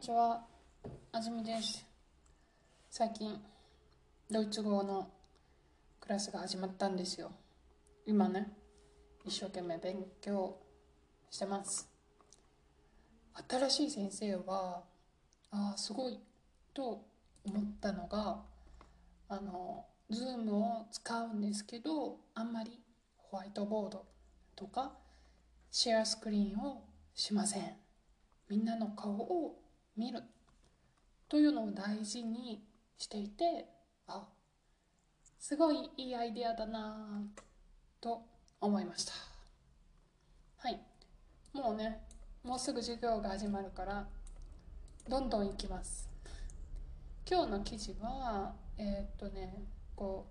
ちは、あずみです。最近、ドイツ語のクラスが始まったんですよ。今ね、一生懸命勉強してます。新しい先生は、すごいと思ったのが、ズームを使うんですけど、あんまりホワイトボードとかシェアスクリーンをしません。みんなの顔を見るというのを大事にしていて、すごいいいアイデアだなと思いました。はい、もうね、もうすぐ授業が始まるからどんどん行きます。今日の記事はこ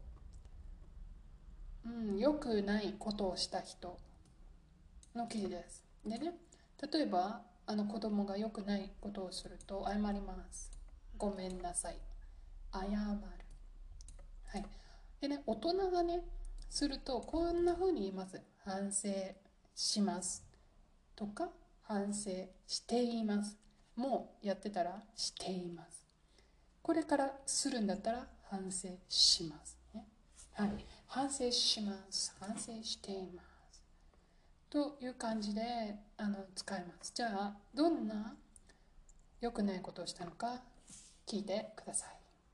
良くないことをした人の記事です。でね、例えば子供が良くないことをすると謝ります。ごめんなさい。謝る。はい。でね、大人がね、するとこんな風に言います。反省しますとか、反省しています。もうやってたらしています。これからするんだったら反省します、ね。はい。反省します。反省しています。という感じで使います。じゃあ、どんな良くないことをしたのか聞いてください。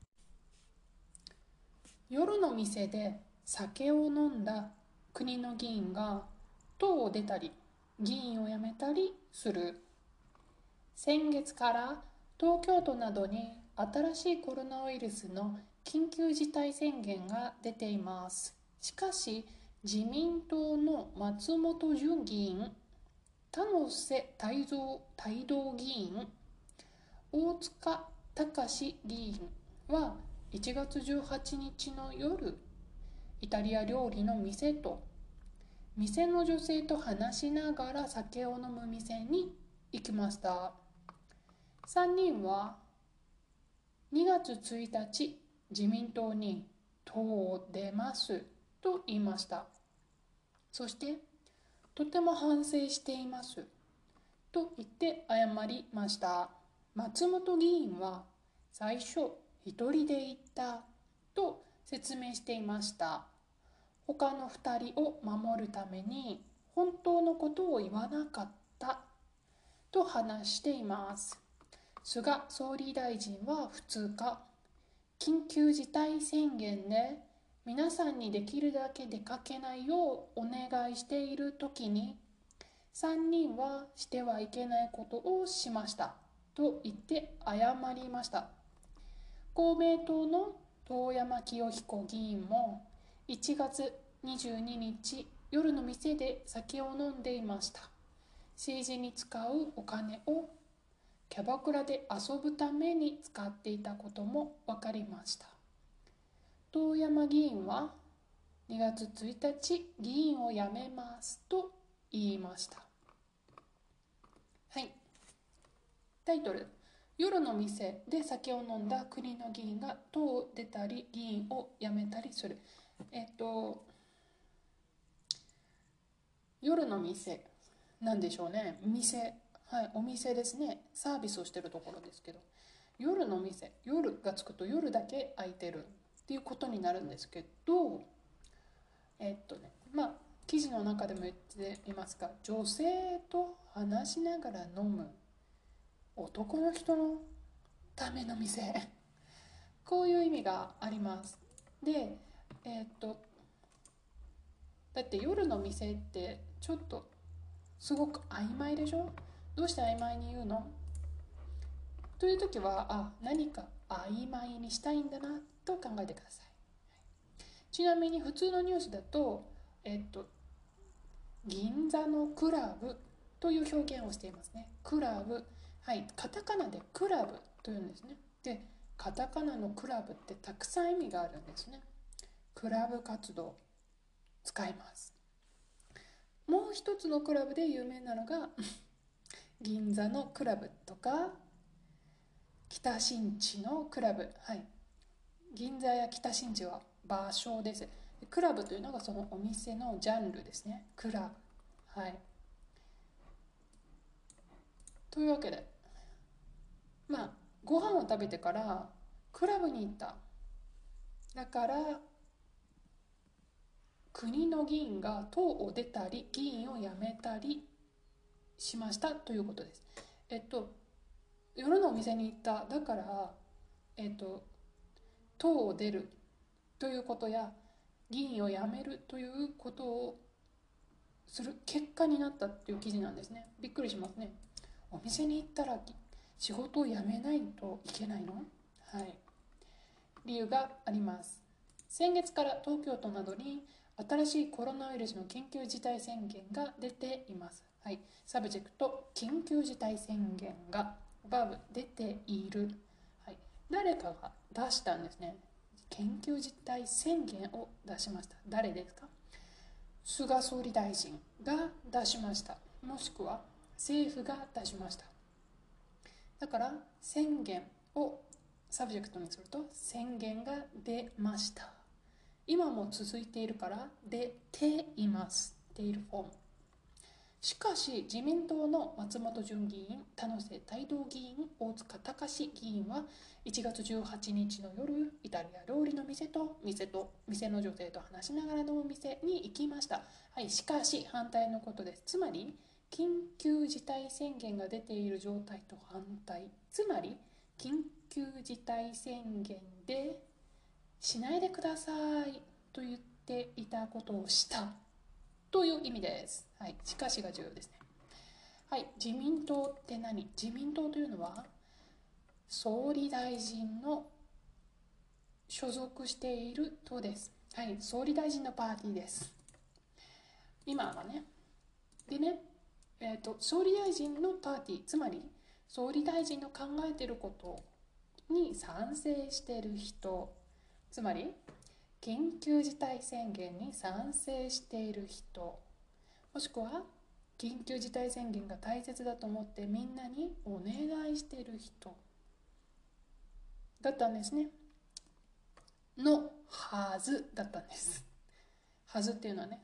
夜の店で酒を飲んだ国の議員が党を出たり議員を辞めたりする。先月から東京都などに新しいコロナウイルスの緊急事態宣言が出ています。しかし自民党の松本純議員、田瀬泰道議員、大塚隆議員は1月18日の夜、イタリア料理の店と店の女性と話しながら酒を飲む店に行きました。3人は2月1日自民党に党を出ますと言いました。そしてとても反省していますと言って謝りました。松本議員は最初一人で行ったと説明していました。他の2人を守るために本当のことを言わなかったと話しています。菅総理大臣は2日、緊急事態宣言で皆さんにできるだけ出かけないようお願いしている時に、3人はしてはいけないことをしましたと言って謝りました。公明党の遠山清彦議員も1月22日夜の店で酒を飲んでいました。政治に使うお金をキャバクラで遊ぶために使っていたことも分かりました。遠山議員は2月1日議員を辞めますと言いました。はい。タイトル、夜の店で酒を飲んだ国の議員が党を出たり議員を辞めたりする。夜の店なんでしょうね。店、はい、お店ですね。サービスをしているところですけど、夜の店、夜がつくと夜だけ空いてるっていうことになるんですけど、記事の中でも言っていますが、女性と話しながら飲む男の人のための店こういう意味があります。で、だって夜の店ってちょっとすごく曖昧でしょ。どうして曖昧に言うのという時は、何か曖昧にしたいんだなと考えてください。ちなみに普通のニュースだと、銀座のクラブという表現をしていますね。クラブ、はい、カタカナでクラブというんですね。で、カタカナのクラブってたくさん意味があるんですね。クラブ活動使います。もう一つのクラブで有名なのが銀座のクラブとか北新地のクラブ、はい、銀座や北新地は場所です。クラブというのがそのお店のジャンルですね。クラブ、はい。というわけでご飯を食べてからクラブに行った。だから国の議員が党を出たり議員を辞めたりしましたということです。夜のお店に行った。だから党を出るということや議員を辞めるということをする結果になったっていう記事なんですね。びっくりしますね。お店に行ったら仕事を辞めないといけないの？はい。理由があります。先月から東京都などに新しいコロナウイルスの緊急事態宣言が出ています。はい。サブジェクト、緊急事態宣言が、バブ、出ている。はい。誰かが出したんですね。緊急事態宣言を出しました。誰ですか？菅総理大臣が出しました。もしくは政府が出しました。だから宣言をサブジェクトにすると宣言が出ました。今も続いているから出ています。出いるフォーム。しかし自民党の松本純議員、田野瀬太道議員、大塚隆議員は1月18日の夜、イタリア料理の店の女性と話しながらのお店に行きました。はい、しかし反対のことです。つまり緊急事態宣言が出ている状態と反対。つまり緊急事態宣言でしないでくださいと言っていたことをしたという意味です。はい、しかしが重要ですね。はい、自民党って何？自民党というのは総理大臣の所属している党です。はい、総理大臣のパーティーです。今はね。でね、総理大臣のパーティー、つまり総理大臣の考えていることに賛成している人、つまり緊急事態宣言に賛成している人、もしくは緊急事態宣言が大切だと思ってみんなにお願いしている人だったんですね。のはずだったんです。はずっていうのはね、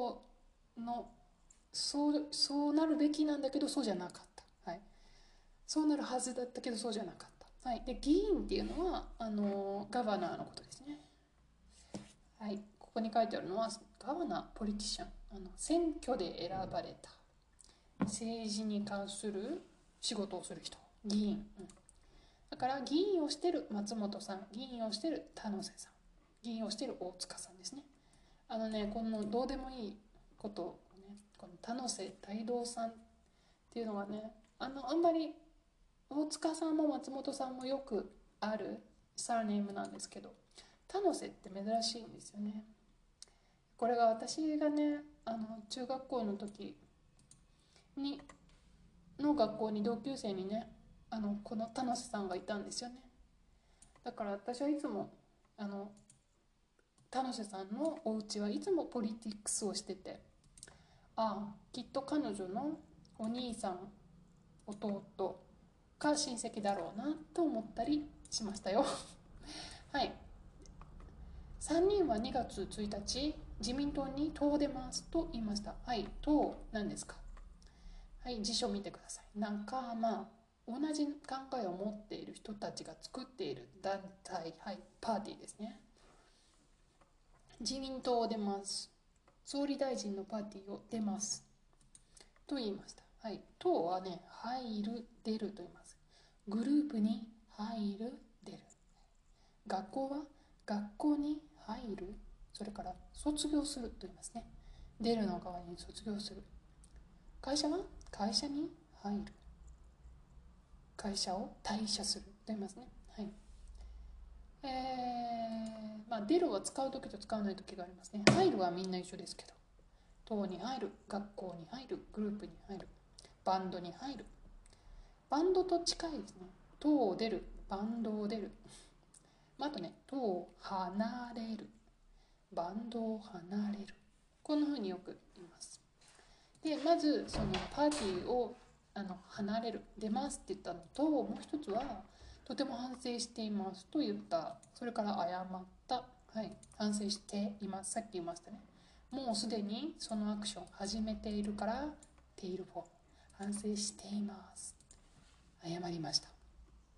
そうなるべきなんだけどそうじゃなかった。はい、そうなるはずだったけどそうじゃなかった。はい、で議員っていうのはガバナーのことですね。はい、ここに書いてあるのはガバナー、ポリティシャン、選挙で選ばれた政治に関する仕事をする人、議員、だから議員をしてる松本さん、議員をしてる田野瀬さん、議員をしてる大塚さんですね。このどうでもいいことをね、この田野瀬太道さんっていうのはね、あんまり大塚さんも松本さんもよくあるサーネームなんですけど、田野瀬って珍しいんですよね。これが私がね、中学校の時にの学校に同級生にね、この田野瀬さんがいたんですよね。だから私はいつも田野瀬さんのお家はいつもポリティックスをしてて、きっと彼女のお兄さん、弟か親戚だろうなと思ったりしましたよ。はい、3人は2月1日自民党に党出ますと言いました。はい、党何ですか？はい、辞書見てください。仲間、同じ考えを持っている人たちが作っている団体、はい、パーティーですね。自民党を出ます。総理大臣のパーティーを出ますと言いました。はい、党はね、入る、出ると言います。グループに入る、出る。学校は学校に入る、それから卒業すると言いますね。出るの代わりに卒業する。会社は会社に入る、会社を退社すると言いますね。はい。出るは使う時と使わない時がありますね。入るはみんな一緒ですけど、党に入る、学校に入る、グループに入る、バンドに入る。バンドと近いですね。党を出る、バンドを出る。あとね、党を離れる、バンドを離れる。こんな風によく言います。で、まずそのパーティーを離れる、出ますって言ったのと、もう一つはとても反省していますと言った。それから謝った。はい、反省しています。さっき言いましたね。もうすでにそのアクション始めているからテイルフォーム、反省しています、謝りました。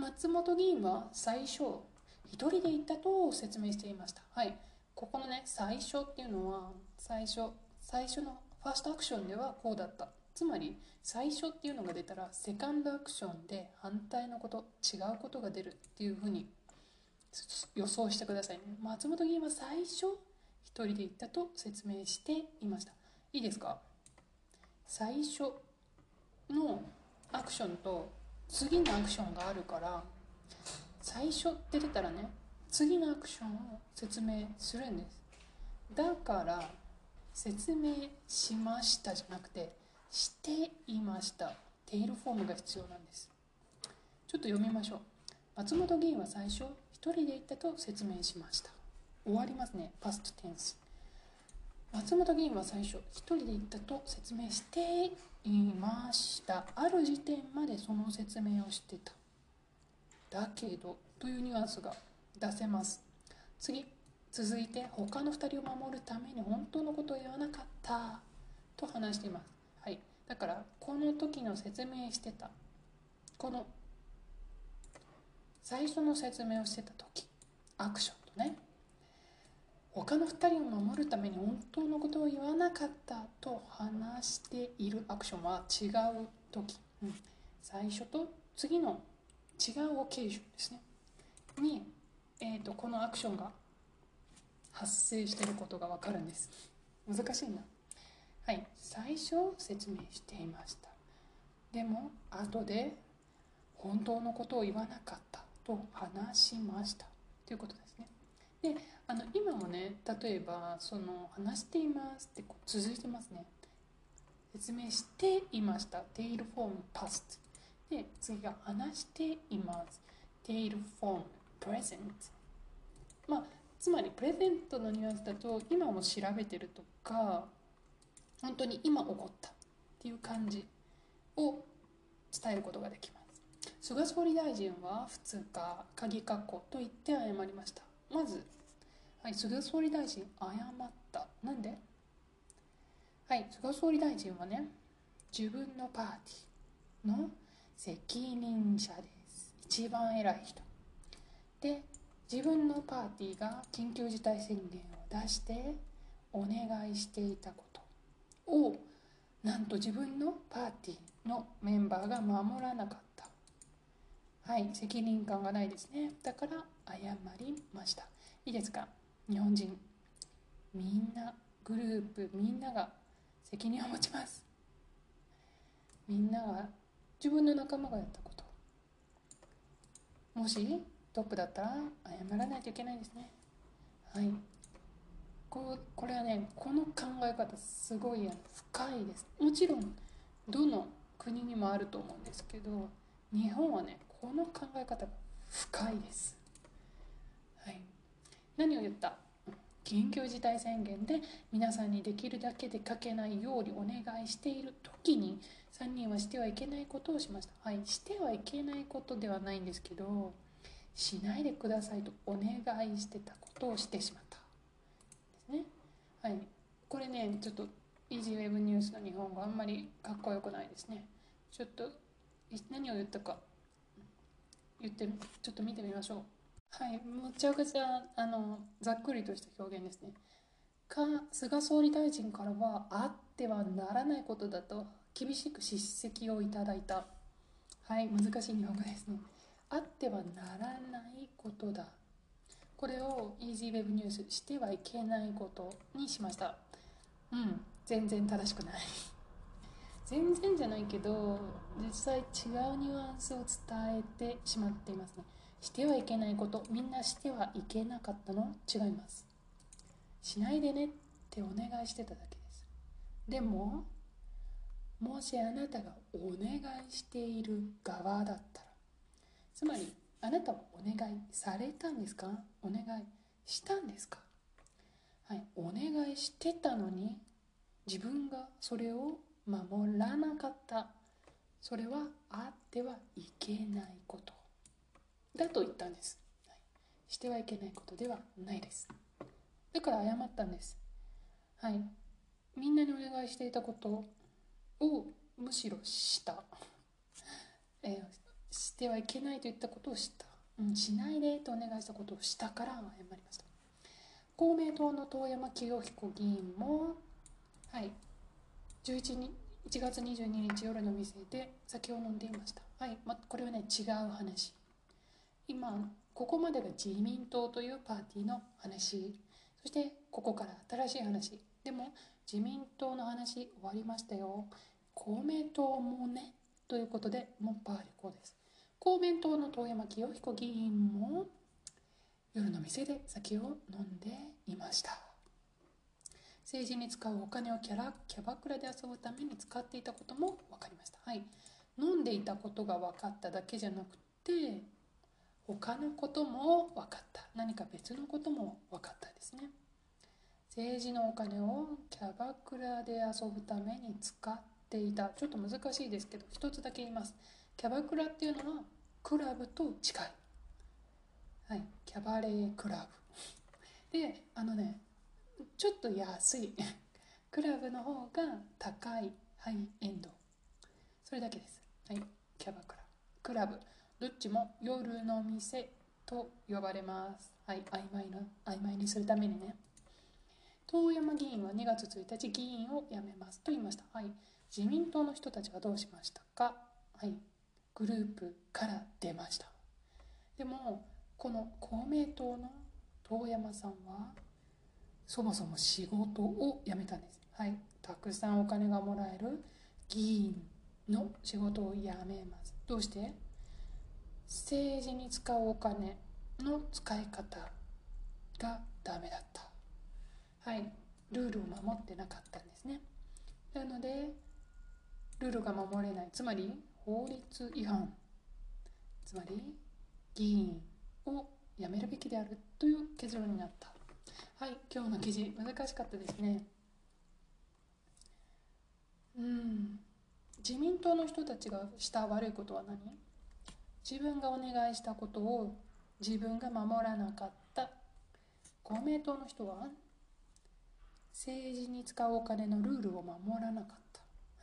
松本議員は最初一人で行ったと説明していました。はい、ここのね最初っていうのは最初のファーストアクションではこうだった。つまり最初っていうのが出たらセカンドアクションで反対のこと違うことが出るっていうふうに予想してくださいね。松本議員は最初一人で行ったと説明していました。いいですか？最初のアクションと次のアクションがあるから、最初って出たらね次のアクションを説明するんです。だから説明しましたじゃなくてしていましたテイルフォームが必要なんです。ちょっと読みましょう。松本議員は最初一人で行ったと説明しました。終わりますね。パストテンス。松本議員は最初一人で行ったと説明していました。ある時点までその説明をしてた。だけどというニュアンスが出せます。続いて他の2人を守るために本当のことを言わなかったと話しています。はい、だからこの時の説明してた、この最初の説明をしてた時アクションとね、他の2人を守るために本当のことを言わなかったと話しているアクションは違う時、最初と次の違うオケージョンですねに、このアクションが発生していることが分かるんです。難しいな。はい、最初説明していました。でも後で本当のことを言わなかったと話しましたということですね。で、今もね、例えば話していますって続いてますね。説明していました。テイルフォームパストで、次が話しています。テイルフォームプレゼント。つまりプレゼントのニュアンスだと今も調べてるとか本当に今起こったっていう感じを伝えることができます。菅総理大臣は2日鍵括弧と言って謝りました。まず、菅総理大臣謝った。なんで？菅総理大臣はね、自分のパーティーの責任者です。一番偉い人で、自分のパーティーが緊急事態宣言を出してお願いしていたことをなんと自分のパーティーのメンバーが守らなかった。責任感がないですね。だから謝りました。いいですか？日本人みんなグループみんなが責任を持ちます。みんなが自分の仲間がやったこと、もしトップだったら謝らないといけないですね。これはね、この考え方すごい深いです。もちろんどの国にもあると思うんですけど、日本はねこの考え方が深いです。何を言った？緊急事態宣言で皆さんにできるだけ出かけないようにお願いしている時に3人はしてはいけないことをしました。してはいけないことではないんですけど、しないでくださいとお願いしてたことをしてしまったですね。これね、ちょっとイージーウェブニュースの日本語あんまりかっこよくないですね。ちょっと何を言ったかちょっと見てみましょう。むちゃくちゃざっくりとした表現ですね。菅総理大臣からはあってはならないことだと厳しく叱責をいただいた。難しい日本語ですね。あってはならないことだ。これを EasyWeb ニュースしてはいけないことにしました。全然正しくない全然じゃないけど実際違うニュアンスを伝えてしまっていますね。してはいけないこと、みんなしてはいけなかったの？違います。しないでねってお願いしてただけです。でももしあなたがお願いしている側だったら、つまりあなたはお願いされたんですか？お願いしたんですか？お願いしてたのに自分がそれを守らなかった。それはあってはいけないことだと言ったんです。してはいけないことではないです。だから謝ったんです。みんなにお願いしていたことをむしろした。 してはいけないと言ったことをした、しないでとお願いしたことをしたから謝りました。公明党の遠山清彦議員も、はい、1月22日夜の店で酒を飲んでいました。はい、これはね、違う話。今、ここまでが自民党というパーティーの話。そして、ここから新しい話。でも、自民党の話終わりましたよ。公明党もね、ということで、もうパーリコです。公明党の遠山清彦議員も、夜の店で酒を飲んでいました。政治に使うお金をキャバクラで遊ぶために使っていたことも分かりました。はい、飲んでいたことが分かっただけじゃなくて、他のことも分かった。何か別のことも分かったですね。政治のお金をキャバクラで遊ぶために使っていた。ちょっと難しいですけど、一つだけ言います。キャバクラっていうのはクラブと近い。はい、キャバレークラブ。で、ちょっと安い。クラブの方が高いハイエンド。それだけです。はい、キャバクラ、クラブ。どっちも夜の店と呼ばれます。はい、曖昧にするためにね。遠山議員は2月1日議員を辞めますと言いました。はい、自民党の人たちはどうしましたか。はい、グループから出ました。でもこの公明党の遠山さんはそもそも仕事を辞めたんです。はい、たくさんお金がもらえる議員の仕事を辞めます。どうして？政治に使うお金の使い方がダメだった。はい、ルールを守ってなかったんですね。なのでルールが守れない、つまり法律違反、つまり議員を辞めるべきであるという結論になった。はい、今日の記事難しかったですね。自民党の人たちがした悪いことは何？自分がお願いしたことを自分が守らなかった。公明党の人は政治に使うお金のルールを守らなかった。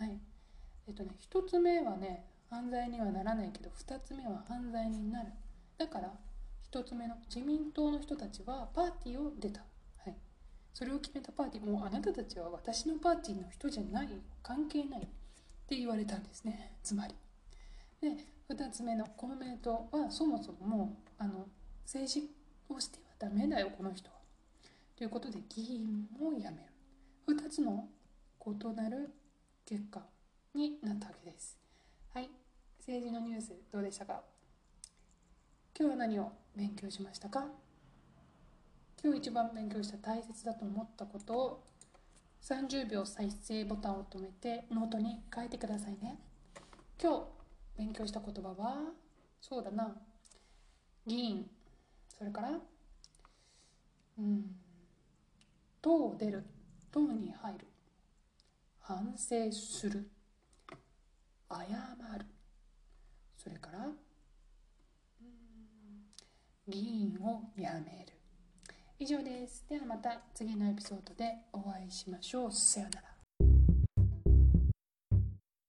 はい、一つ目はね、犯罪にはならないけど、二つ目は犯罪になる。だから一つ目の自民党の人たちはパーティーを出た。はい、それを決めたパーティー、もうあなたたちは私のパーティーの人じゃない、関係ないって言われたんですね。つまりで、2つ目の公明党はそもそももう政治をしてはダメだよこの人はということで議員を辞める。2つの異なる結果になったわけです。はい、政治のニュースどうでしたか？今日は何を勉強しましたか？今日一番勉強した大切だと思ったことを30秒再生ボタンを止めてノートに書いてくださいね。今日勉強した言葉は、そうだな、議員、それから党を出る、党に入る、反省する、謝る、それから議員を辞める。以上です。ではまた次のエピソードでお会いしましょう。さよなら。